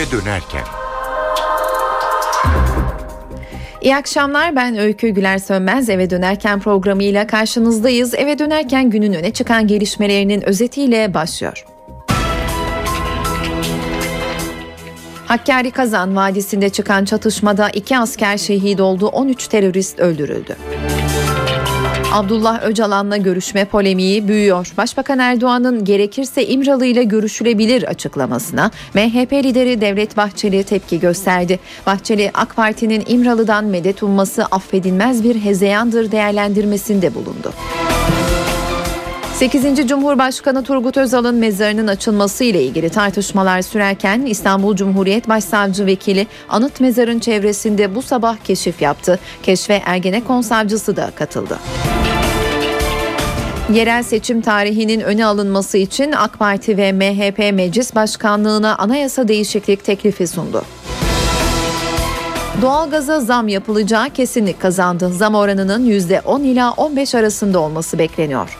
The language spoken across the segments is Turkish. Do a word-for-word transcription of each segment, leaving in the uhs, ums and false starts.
Eve dönerken. İyi akşamlar, ben Öykü Güler Sönmez. Eve dönerken programıyla karşınızdayız. Eve dönerken günün öne çıkan gelişmelerinin özetiyle başlıyor. Hakkari Kazan Vadisi'nde çıkan çatışmada iki asker şehit oldu, on üç terörist öldürüldü. Abdullah Öcalan'la görüşme polemiği büyüyor. Başbakan Erdoğan'ın gerekirse İmralı ile görüşülebilir açıklamasına M H P lideri Devlet Bahçeli tepki gösterdi. Bahçeli, AK Parti'nin İmralı'dan medet umması affedilmez bir hezeyandır değerlendirmesinde bulundu. sekizinci Cumhurbaşkanı Turgut Özal'ın mezarının açılması ile ilgili tartışmalar sürerken İstanbul Cumhuriyet Başsavcı Vekili anıt mezarın çevresinde bu sabah keşif yaptı. Keşfe Ergenekon savcısı da katıldı. Yerel seçim tarihinin öne alınması için AK Parti ve M H P Meclis Başkanlığı'na anayasa değişiklik teklifi sundu. Doğalgaza zam yapılacağı kesinlik kazandı. Zam oranının yüzde on ila on beş arasında olması bekleniyor.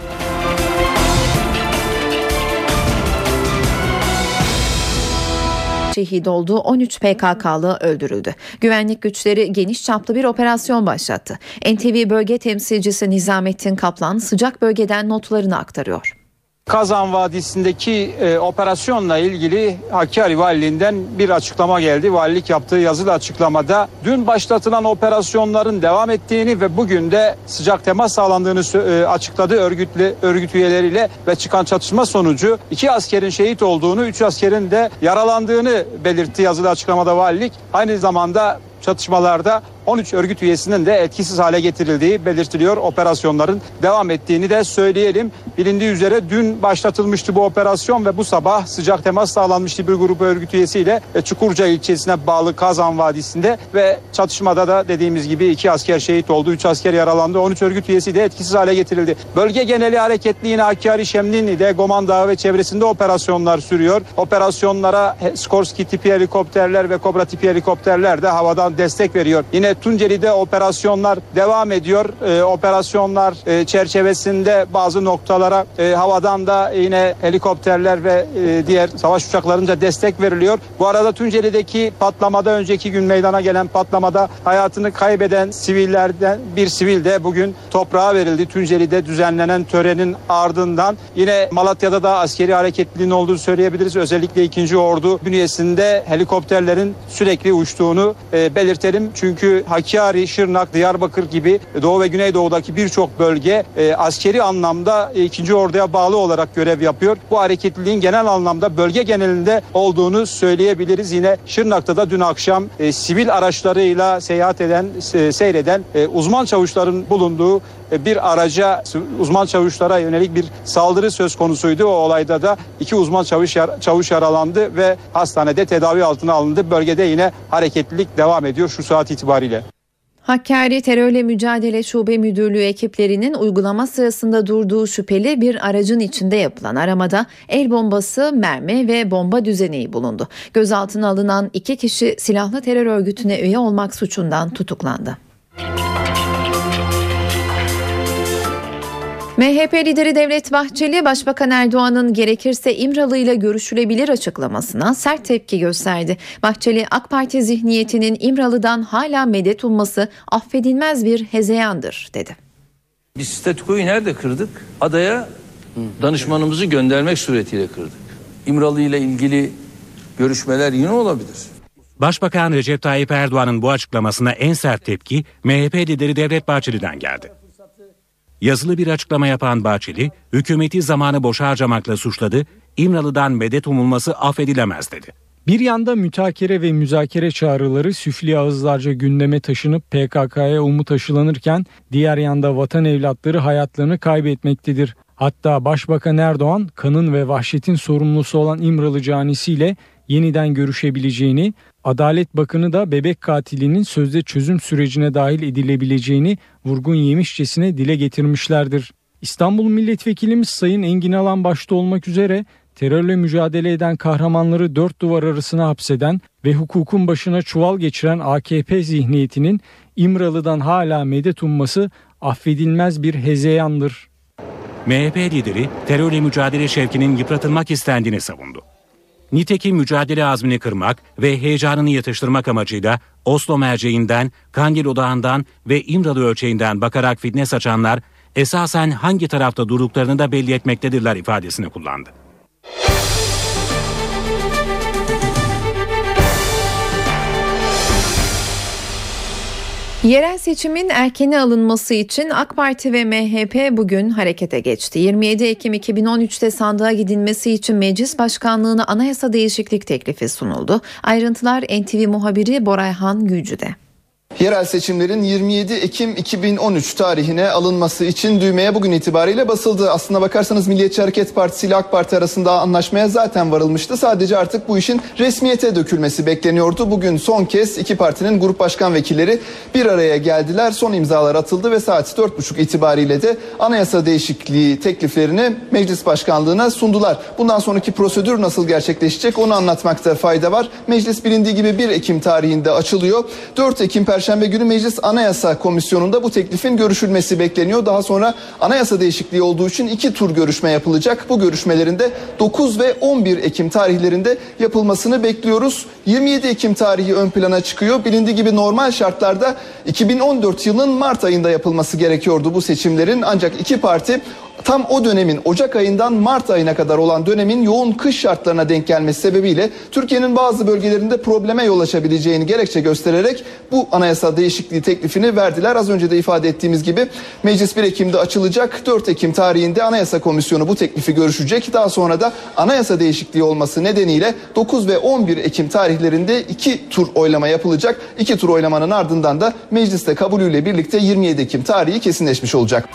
Şehit oldu, on üç P K K'lı öldürüldü. Güvenlik güçleri geniş çaplı bir operasyon başlattı. N T V bölge temsilcisi Nizamettin Kaplan sıcak bölgeden notlarını aktarıyor. Kazan Vadisi'ndeki e, operasyonla ilgili Hakkari Valiliğinden bir açıklama geldi. Valilik yaptığı yazılı açıklamada dün başlatılan operasyonların devam ettiğini ve bugün de sıcak temas sağlandığını e, açıkladı. Örgütle, örgüt üyeleriyle ve çıkan çatışma sonucu iki askerin şehit olduğunu, üç askerin de yaralandığını belirtti yazılı açıklamada valilik. Aynı zamanda çatışmalarda on üç örgüt üyesinin de etkisiz hale getirildiği belirtiliyor. Operasyonların devam ettiğini de söyleyelim. Bilindiği üzere dün başlatılmıştı bu operasyon ve bu sabah sıcak temas sağlanmıştı bir grup örgüt üyesiyle Çukurca ilçesine bağlı Kazan Vadisi'nde ve çatışmada da dediğimiz gibi iki asker şehit oldu, üç asker yaralandı, on üç örgüt üyesi de etkisiz hale getirildi. Bölge geneli hareketli yine Hakkari, Şemdinli'de, Goman Dağı ve çevresinde operasyonlar sürüyor. Operasyonlara Skorsky tipi helikopterler ve Kobra tipi helikopterler de havadan destek veriyor. Yine Tunceli'de operasyonlar devam ediyor. Ee, operasyonlar e, çerçevesinde bazı noktalara e, havadan da yine helikopterler ve e, diğer savaş uçaklarınca destek veriliyor. Bu arada Tunceli'deki patlamada, önceki gün meydana gelen patlamada hayatını kaybeden sivillerden bir sivil de bugün toprağa verildi. Tunceli'de düzenlenen törenin ardından yine Malatya'da da askeri hareketliliğin olduğunu söyleyebiliriz. Özellikle ikinci Ordu bünyesinde helikopterlerin sürekli uçtuğunu e, belirtelim. Çünkü Hakkari, Şırnak, Diyarbakır gibi Doğu ve Güneydoğu'daki birçok bölge e, askeri anlamda e, ikinci Ordu'ya bağlı olarak görev yapıyor. Bu hareketliliğin genel anlamda bölge genelinde olduğunu söyleyebiliriz. Yine Şırnak'ta da dün akşam e, sivil araçlarıyla seyahat eden, e, seyreden e, uzman çavuşların bulunduğu e, bir araca, uzman çavuşlara yönelik bir saldırı söz konusuydu. O olayda da iki uzman çavuş, yar, çavuş yaralandı ve hastanede tedavi altına alındı. Bölgede yine hareketlilik devam ediyor şu saat itibariyle. Hakkari Terörle Mücadele Şube Müdürlüğü ekiplerinin uygulama sırasında durduğu şüpheli bir aracın içinde yapılan aramada el bombası, mermi ve bomba düzeneği bulundu. Gözaltına alınan iki kişi silahlı terör örgütüne üye olmak suçundan tutuklandı. M H P lideri Devlet Bahçeli, Başbakan Erdoğan'ın gerekirse İmralı ile görüşülebilir açıklamasına sert tepki gösterdi. Bahçeli, AK Parti zihniyetinin İmralı'dan hala medet umması affedilmez bir hezeyandır dedi. Biz statükoyu nerede kırdık? Adaya danışmanımızı göndermek suretiyle kırdık. İmralı ile ilgili görüşmeler yine olabilir. Başbakan Recep Tayyip Erdoğan'ın bu açıklamasına en sert tepki M H P lideri Devlet Bahçeli'den geldi. Yazılı bir açıklama yapan Bahçeli, hükümeti zamanı boşa harcamakla suçladı, İmralı'dan medet umulması affedilemez dedi. Bir yanda mütakere ve müzakere çağrıları süfli ağızlarca gündeme taşınıp P K K'ya umut aşılanırken diğer yanda vatan evlatları hayatlarını kaybetmektedir. Hatta Başbakan Erdoğan kanın ve vahşetin sorumlusu olan İmralı canisiyle yeniden görüşebileceğini, Adalet Bakanı da bebek katilinin sözde çözüm sürecine dahil edilebileceğini vurgun yemişçesine dile getirmişlerdir. İstanbul Milletvekilimiz Sayın Engin Alan başta olmak üzere terörle mücadele eden kahramanları dört duvar arasına hapseden ve hukukun başına çuval geçiren A K P zihniyetinin İmralı'dan hala medet umması affedilmez bir hezeyandır. M H P lideri terörle mücadele şevkinin yıpratılmak istendiğini savundu. Nitekim mücadele azmini kırmak ve heyecanını yatıştırmak amacıyla Oslo merceğinden, Kandil odağından ve İmralı ölçeğinden bakarak fitne saçanlar esasen hangi tarafta durduklarını da belli etmektedirler ifadesini kullandı. Yerel seçimin erkene alınması için AK Parti ve M H P bugün harekete geçti. yirmi yedi Ekim iki bin on üçte sandığa gidilmesi için Meclis Başkanlığı'na anayasa değişiklik teklifi sunuldu. Ayrıntılar N T V muhabiri Borayhan Gülcü'de. Yerel seçimlerin yirmi yedi Ekim iki bin on üç tarihine alınması için düğmeye bugün itibariyle basıldı. Aslına bakarsanız Milliyetçi Hareket Partisi ile AK Parti arasında anlaşmaya zaten varılmıştı. Sadece artık bu işin resmiyete dökülmesi bekleniyordu. Bugün son kez iki partinin grup başkan vekilleri bir araya geldiler. Son imzalar atıldı ve saat dört buçuk itibariyle de anayasa değişikliği tekliflerini Meclis Başkanlığı'na sundular. Bundan sonraki prosedür nasıl gerçekleşecek onu anlatmakta fayda var. Meclis bilindiği gibi bir Ekim tarihinde açılıyor. dört Ekim Perşembe günü Meclis Anayasa Komisyonu'nda bu teklifin görüşülmesi bekleniyor. Daha sonra anayasa değişikliği olduğu için iki tur görüşme yapılacak. Bu görüşmelerinde dokuz ve on bir Ekim tarihlerinde yapılmasını bekliyoruz. yirmi yedi Ekim tarihi ön plana çıkıyor. Bilindiği gibi normal şartlarda iki bin on dört yılının Mart ayında yapılması gerekiyordu bu seçimlerin. Ancak iki parti tam o dönemin Ocak ayından Mart ayına kadar olan dönemin yoğun kış şartlarına denk gelmesi sebebiyle Türkiye'nin bazı bölgelerinde probleme yol açabileceğini gerekçe göstererek bu anayasa değişikliği teklifini verdiler. Az önce de ifade ettiğimiz gibi meclis bir Ekim'de açılacak. dört Ekim tarihinde Anayasa Komisyonu bu teklifi görüşecek. Daha sonra da anayasa değişikliği olması nedeniyle dokuz ve on bir Ekim tarihlerinde iki tur oylama yapılacak. İki tur oylamanın ardından da mecliste kabulüyle birlikte yirmi yedi Ekim tarihi kesinleşmiş olacak.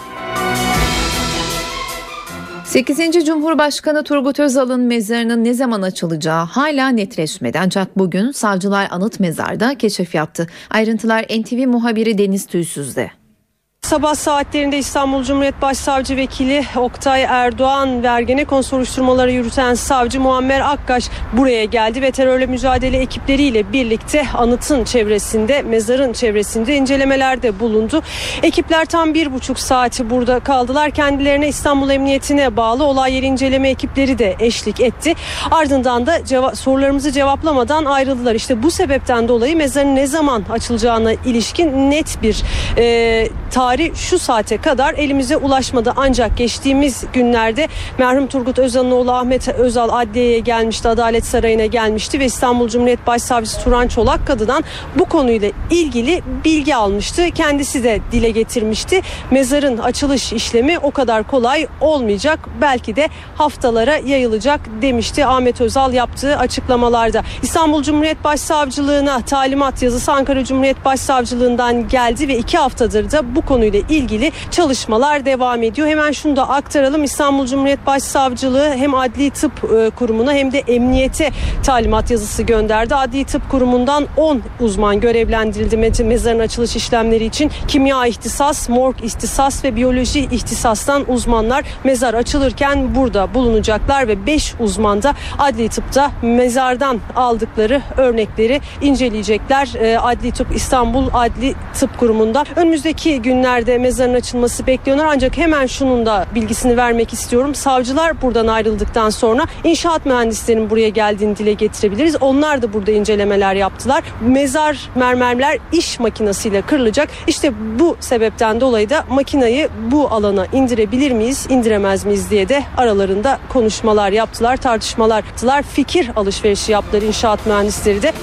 sekizinci Cumhurbaşkanı Turgut Özal'ın mezarının ne zaman açılacağı hala netleşmedi. Ancak bugün Savcılar Anıt Mezar'da keşif yaptı. Ayrıntılar N T V muhabiri Deniz Tüysüz'de. Sabah saatlerinde İstanbul Cumhuriyet Başsavcı Vekili Oktay Erdoğan ve Ergenekon soruşturmaları yürüten savcı Muammer Akkaş buraya geldi ve terörle mücadele ekipleriyle birlikte anıtın çevresinde, mezarın çevresinde incelemelerde bulundu. Ekipler tam bir buçuk saati burada kaldılar. Kendilerine İstanbul Emniyetine bağlı olay yeri inceleme ekipleri de eşlik etti. Ardından da ceva- sorularımızı cevaplamadan ayrıldılar. İşte bu sebepten dolayı mezarın ne zaman açılacağına ilişkin net bir e, tarih şu saate kadar elimize ulaşmadı. Ancak geçtiğimiz günlerde merhum Turgut Özal'ın oğlu Ahmet Özal adliyeye gelmişti, Adalet Sarayı'na gelmişti ve İstanbul Cumhuriyet Başsavcısı Turan Çolakkadı'dan bu konuyla ilgili bilgi almıştı. Kendisi de dile getirmişti. Mezarın açılış işlemi o kadar kolay olmayacak. Belki de haftalara yayılacak demişti Ahmet Özal yaptığı açıklamalarda. İstanbul Cumhuriyet Başsavcılığına talimat yazısı Ankara Cumhuriyet Başsavcılığından geldi ve iki haftadır da bu konuyla ilgili çalışmalar devam ediyor. Hemen şunu da aktaralım. İstanbul Cumhuriyet Başsavcılığı hem Adli Tıp Kurumu'na hem de emniyete talimat yazısı gönderdi. Adli Tıp Kurumu'ndan on uzman görevlendirildi mezarın açılış işlemleri için. Kimya ihtisas, morg ihtisas ve biyoloji ihtisastan uzmanlar mezar açılırken burada bulunacaklar ve beş uzman da Adli Tıp'ta mezardan aldıkları örnekleri inceleyecekler. Adli Tıp İstanbul Adli Tıp Kurumu'nda. Önümüzdeki günlerde mezarın açılması bekleniyor. Ancak hemen şunun da bilgisini vermek istiyorum. Savcılar buradan ayrıldıktan sonra inşaat mühendislerinin buraya geldiğini dile getirebiliriz. Onlar da burada incelemeler yaptılar. Mezar mermerler iş makinesiyle kırılacak. İşte bu sebepten dolayı da makinayı bu alana indirebilir miyiz, indiremez miyiz diye de aralarında konuşmalar yaptılar, tartışmalar yaptılar. Fikir alışverişi yaptılar inşaat mühendisleri de.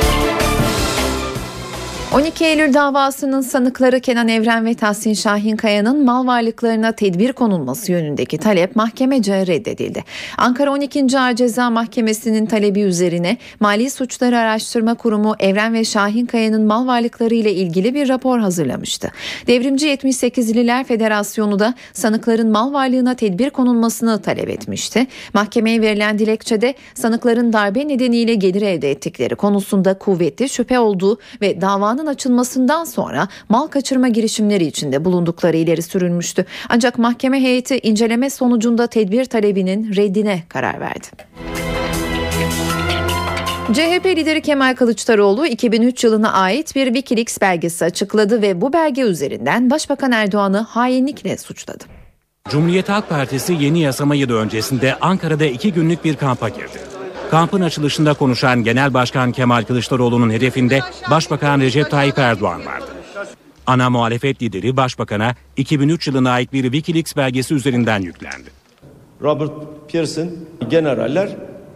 on iki Eylül davasının sanıkları Kenan Evren ve Tahsin Şahinkaya'nın mal varlıklarına tedbir konulması yönündeki talep mahkemece reddedildi. Ankara on ikinci Ağır Ceza Mahkemesi'nin talebi üzerine Mali Suçları Araştırma Kurumu Evren ve Şahinkaya'nın mal varlıkları ile ilgili bir rapor hazırlamıştı. Devrimci yetmiş sekizliler Federasyonu da sanıkların mal varlığına tedbir konulmasını talep etmişti. Mahkemeye verilen dilekçede sanıkların darbe nedeniyle gelir elde ettikleri konusunda kuvvetli şüphe olduğu ve davanın açılmasından sonra mal kaçırma girişimleri içinde bulundukları ileri sürülmüştü. Ancak mahkeme heyeti inceleme sonucunda tedbir talebinin reddine karar verdi. C H P lideri Kemal Kılıçdaroğlu iki bin üç yılına ait bir Wikileaks belgesi açıkladı ve bu belge üzerinden Başbakan Erdoğan'ı hainlikle suçladı. Cumhuriyet Halk Partisi yeni yasama yılı öncesinde Ankara'da iki günlük bir kampa girdi. Kampın açılışında konuşan Genel Başkan Kemal Kılıçdaroğlu'nun hedefinde Başbakan Recep Tayyip Erdoğan vardı. Ana muhalefet lideri Başbakan'a iki bin üç yılına ait bir Wikileaks belgesi üzerinden yüklendi. Robert Pearson generaller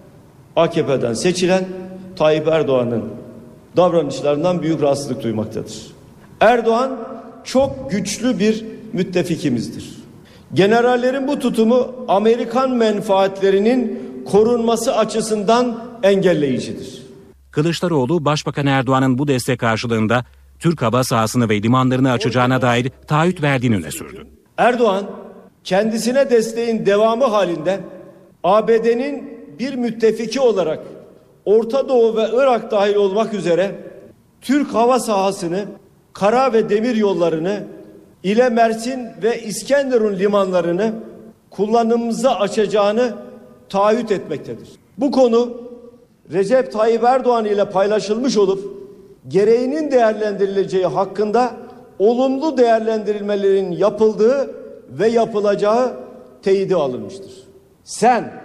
A K P'den seçilen Tayyip Erdoğan'ın davranışlarından büyük rahatsızlık duymaktadır. Erdoğan çok güçlü bir müttefikimizdir. Generallerin bu tutumu Amerikan menfaatlerinin korunması açısından engelleyicidir. Kılıçdaroğlu, Başbakan Erdoğan'ın bu destek karşılığında Türk hava sahasını ve limanlarını açacağına dair taahhüt verdiğini öne sürdü. Erdoğan, kendisine desteğin devamı halinde A B D'nin bir müttefiki olarak Orta Doğu ve Irak dahil olmak üzere Türk hava sahasını, kara ve demir yollarını, ile Mersin ve İskenderun limanlarını kullanımımıza açacağını taahhüt etmektedir. Bu konu Recep Tayyip Erdoğan ile paylaşılmış olup gereğinin değerlendirileceği hakkında olumlu değerlendirilmelerin yapıldığı ve yapılacağı teyidi alınmıştır. Sen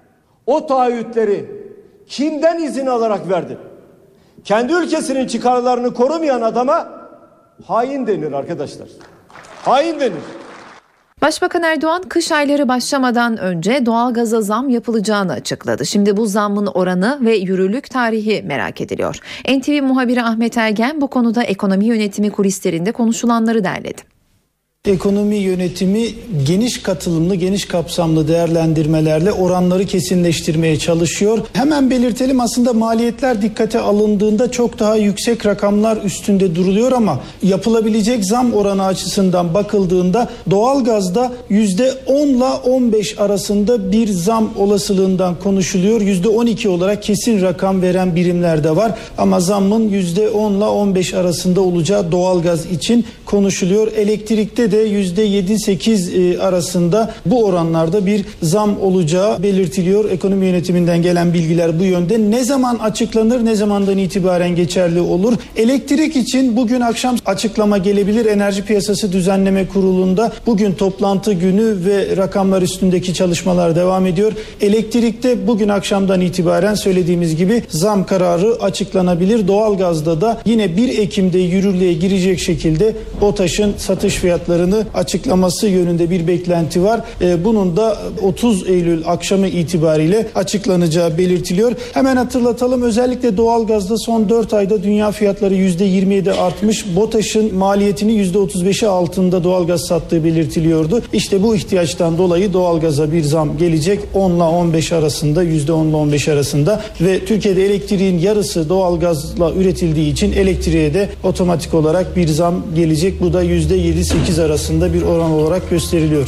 o taahhütleri kimden izin alarak verdin? Kendi ülkesinin çıkarlarını korumayan adama hain denir arkadaşlar. Hain denir. Başbakan Erdoğan kış ayları başlamadan önce doğalgaza zam yapılacağını açıkladı. Şimdi bu zammın oranı ve yürürlük tarihi merak ediliyor. N T V muhabiri Ahmet Ergen bu konuda ekonomi yönetimi kulislerinde konuşulanları derledi. Ekonomi yönetimi geniş katılımlı, geniş kapsamlı değerlendirmelerle oranları kesinleştirmeye çalışıyor. Hemen belirtelim, aslında maliyetler dikkate alındığında çok daha yüksek rakamlar üstünde duruluyor ama yapılabilecek zam oranı açısından bakıldığında doğalgazda yüzde on ile on beş arasında bir zam olasılığından konuşuluyor. yüzde on iki olarak kesin rakam veren birimler de var ama zammın yüzde on ile on beş arasında olacağı doğalgaz için konuşuluyor. Elektrikte de yüzde yedi sekiz arasında bu oranlarda bir zam olacağı belirtiliyor. Ekonomi yönetiminden gelen bilgiler bu yönde. Ne zaman açıklanır, ne zamandan itibaren geçerli olur? Elektrik için bugün akşam açıklama gelebilir. Enerji Piyasası Düzenleme Kurulu'nda bugün toplantı günü ve rakamlar üstündeki çalışmalar devam ediyor. Elektrikte bugün akşamdan itibaren söylediğimiz gibi zam kararı açıklanabilir. Doğalgazda da yine bir Ekim'de yürürlüğe girecek şekilde BOTAŞ'ın satış fiyatlarını açıklaması yönünde bir beklenti var. Bunun da otuz Eylül akşamı itibariyle açıklanacağı belirtiliyor. Hemen hatırlatalım, özellikle doğalgazda son dört ayda dünya fiyatları yüzde yirmi yedi artmış. BOTAŞ'ın maliyetini yüzde otuz beşi altında doğalgaz sattığı belirtiliyordu. İşte bu ihtiyaçtan dolayı doğalgaza bir zam gelecek. on ile on beş arasında, yüzde on ile on beş arasında ve Türkiye'de elektriğin yarısı doğalgazla üretildiği için elektriğe de otomatik olarak bir zam gelecek. Bu da yüzde yedi sekiz arasında bir oran olarak gösteriliyor.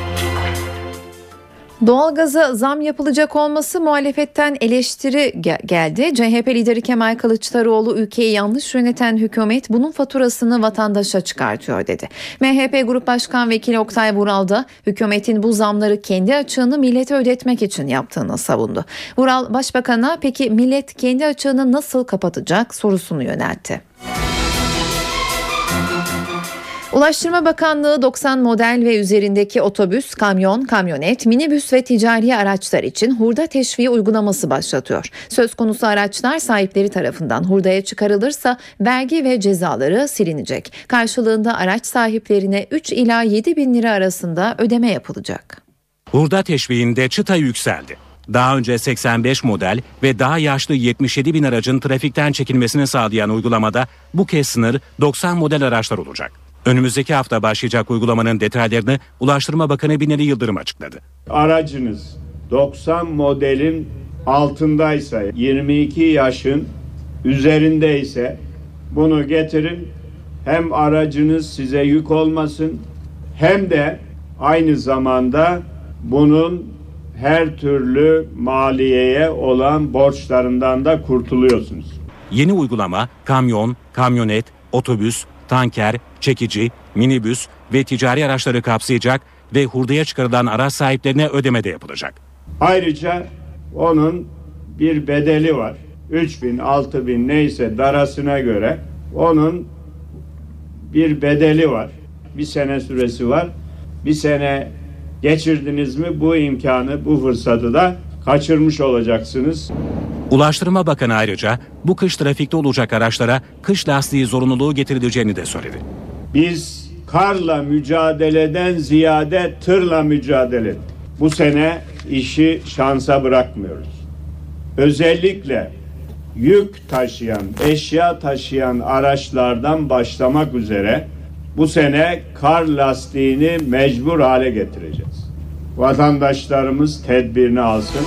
Doğalgaza zam yapılacak olması muhalefetten eleştiri gel- geldi. C H P lideri Kemal Kılıçdaroğlu, ülkeyi yanlış yöneten hükümet bunun faturasını vatandaşa çıkartıyor dedi. M H P Grup Başkan Vekili Oktay Vural da hükümetin bu zamları kendi açığını millete ödetmek için yaptığını savundu. Vural, Başbakan'a peki millet kendi açığını nasıl kapatacak sorusunu yöneltti. Ulaştırma Bakanlığı doksan model ve üzerindeki otobüs, kamyon, kamyonet, minibüs ve ticari araçlar için hurda teşviği uygulaması başlatıyor. Söz konusu araçlar sahipleri tarafından hurdaya çıkarılırsa vergi ve cezaları silinecek. Karşılığında araç sahiplerine üç ila yedi bin lira arasında ödeme yapılacak. Hurda teşviğinde çıta yükseldi. Daha önce seksen beş model ve daha yaşlı yetmiş yedi bin aracın trafikten çekilmesini sağlayan uygulamada bu kez sınır doksan model araçlar olacak. Önümüzdeki hafta başlayacak uygulamanın detaylarını Ulaştırma Bakanı Binali Yıldırım açıkladı. Aracınız doksan modelin altındaysa, yirmi iki yaşın üzerindeyse bunu getirin. Hem aracınız size yük olmasın, hem de aynı zamanda bunun her türlü maliyeye olan borçlarından da kurtuluyorsunuz. Yeni uygulama kamyon, kamyonet, otobüs, tanker, çekici, minibüs ve ticari araçları kapsayacak ve hurdaya çıkarılan araç sahiplerine ödeme de yapılacak. Ayrıca onun bir bedeli var. üç bin, altı bin neyse darasına göre onun bir bedeli var. Bir sene süresi var. Bir sene geçirdiniz mi bu imkanı, bu fırsatı da kaçırmış olacaksınız. Ulaştırma Bakanı ayrıca bu kış trafikte olacak araçlara kış lastiği zorunluluğu getirileceğini de söyledi. Biz karla mücadeleden ziyade tırla mücadele ettik. Bu sene işi şansa bırakmıyoruz. Özellikle yük taşıyan, eşya taşıyan araçlardan başlamak üzere bu sene kar lastiğini mecbur hale getireceğiz. Vatandaşlarımız tedbirini alsın.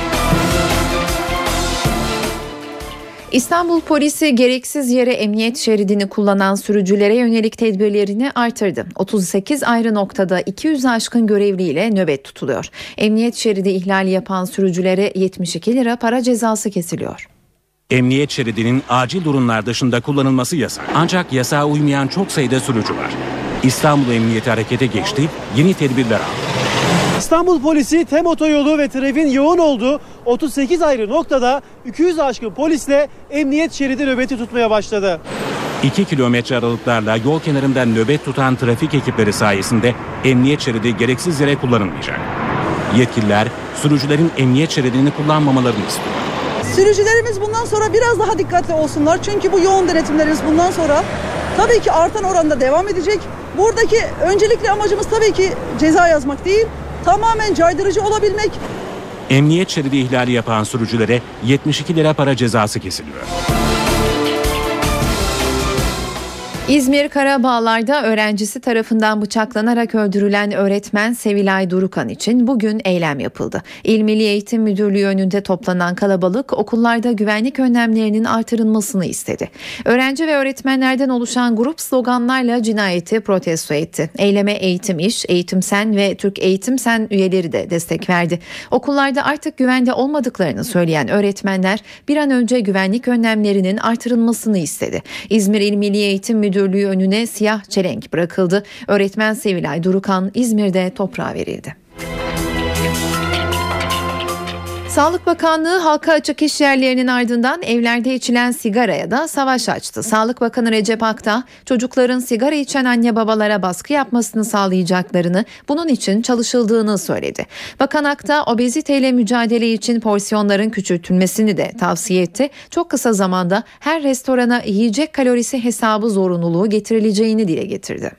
İstanbul polisi gereksiz yere emniyet şeridini kullanan sürücülere yönelik tedbirlerini artırdı. otuz sekiz ayrı noktada iki yüze aşkın görevliyle nöbet tutuluyor. Emniyet şeridi ihlali yapan sürücülere yetmiş iki lira para cezası kesiliyor. Emniyet şeridinin acil durumlar dışında kullanılması yasak. Ancak yasağa uymayan çok sayıda sürücü var. İstanbul Emniyeti harekete geçti, yeni tedbirler aldı. İstanbul polisi tem otoyolu ve trafiğin yoğun olduğu otuz sekiz ayrı noktada iki yüze aşkın polisle emniyet şeridi nöbeti tutmaya başladı. iki kilometre aralıklarla yol kenarında nöbet tutan trafik ekipleri sayesinde emniyet şeridi gereksiz yere kullanılmayacak. Yetkililer sürücülerin emniyet şeridini kullanmamalarını istiyor. Sürücülerimiz bundan sonra biraz daha dikkatli olsunlar. Çünkü bu yoğun denetimlerimiz bundan sonra tabii ki artan oranda devam edecek. Buradaki öncelikli amacımız tabii ki ceza yazmak değil, tamamen caydırıcı olabilmek. Emniyet şeridi ihlali yapan sürücülere yetmiş iki lira para cezası kesiliyor. İzmir Karabağlar'da öğrencisi tarafından bıçaklanarak öldürülen öğretmen Sevilay Durukan için bugün eylem yapıldı. İl Milli Eğitim Müdürlüğü önünde toplanan kalabalık okullarda güvenlik önlemlerinin artırılmasını istedi. Öğrenci ve öğretmenlerden oluşan grup sloganlarla cinayeti protesto etti. Eyleme Eğitim İş, Eğitim Sen ve Türk Eğitim Sen üyeleri de destek verdi. Okullarda artık güvende olmadıklarını söyleyen öğretmenler bir an önce güvenlik önlemlerinin artırılmasını istedi. İzmir İl Milli Eğitim Müdürlüğü Müdürlüğü önüne siyah çelenk bırakıldı. Öğretmen Sevilay Durukan İzmir'de toprağa verildi. Sağlık Bakanlığı halka açık iş yerlerinin ardından evlerde içilen sigaraya da savaş açtı. Sağlık Bakanı Recep Akdağ, çocukların sigara içen anne babalara baskı yapmasını sağlayacaklarını, bunun için çalışıldığını söyledi. Bakan Akdağ, obeziteyle mücadele için porsiyonların küçültülmesini de tavsiye etti. Çok kısa zamanda her restorana yiyecek kalorisi hesabı zorunluluğu getirileceğini dile getirdi.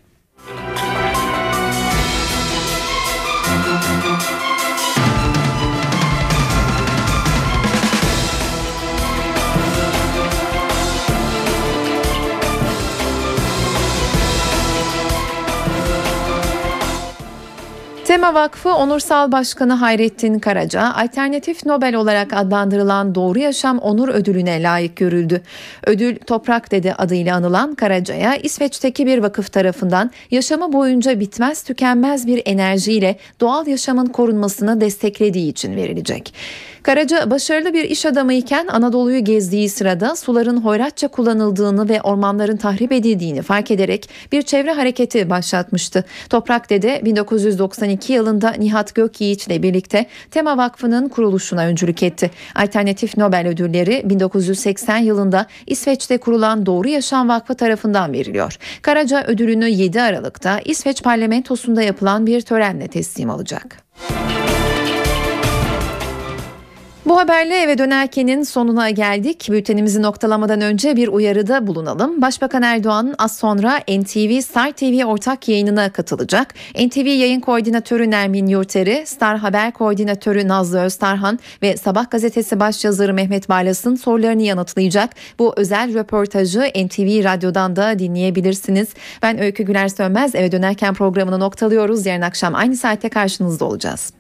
Tema Vakfı Onursal Başkanı Hayrettin Karaca, Alternatif Nobel olarak adlandırılan Doğru Yaşam Onur Ödülü'ne layık görüldü. Ödül, Toprak Dede adıyla anılan Karaca'ya İsveç'teki bir vakıf tarafından yaşamı boyunca bitmez tükenmez bir enerjiyle doğal yaşamın korunmasını desteklediği için verilecek. Karaca, başarılı bir iş adamıyken Anadolu'yu gezdiği sırada suların hoyratça kullanıldığını ve ormanların tahrip edildiğini fark ederek bir çevre hareketi başlatmıştı. Toprak Dede bin dokuz yüz doksan iki yılında Nihat Gökyiğit ile birlikte Tema Vakfı'nın kuruluşuna öncülük etti. Alternatif Nobel ödülleri bin dokuz yüz seksen yılında İsveç'te kurulan Doğru Yaşam Vakfı tarafından veriliyor. Karaca ödülünü yedi Aralık'ta İsveç parlamentosunda yapılan bir törenle teslim alacak. Bu haberle eve dönerkenin sonuna geldik. Bültenimizi noktalamadan önce bir uyarıda bulunalım. Başbakan Erdoğan az sonra N T V Star T V ortak yayınına katılacak. N T V yayın koordinatörü Nermin Yurteri, Star Haber koordinatörü Nazlı Öztarhan ve Sabah gazetesi başyazarı Mehmet Barlas'ın sorularını yanıtlayacak. Bu özel röportajı N T V Radyo'dan da dinleyebilirsiniz. Ben Öykü Güler Sönmez, eve dönerken programını noktalıyoruz. Yarın akşam aynı saatte karşınızda olacağız.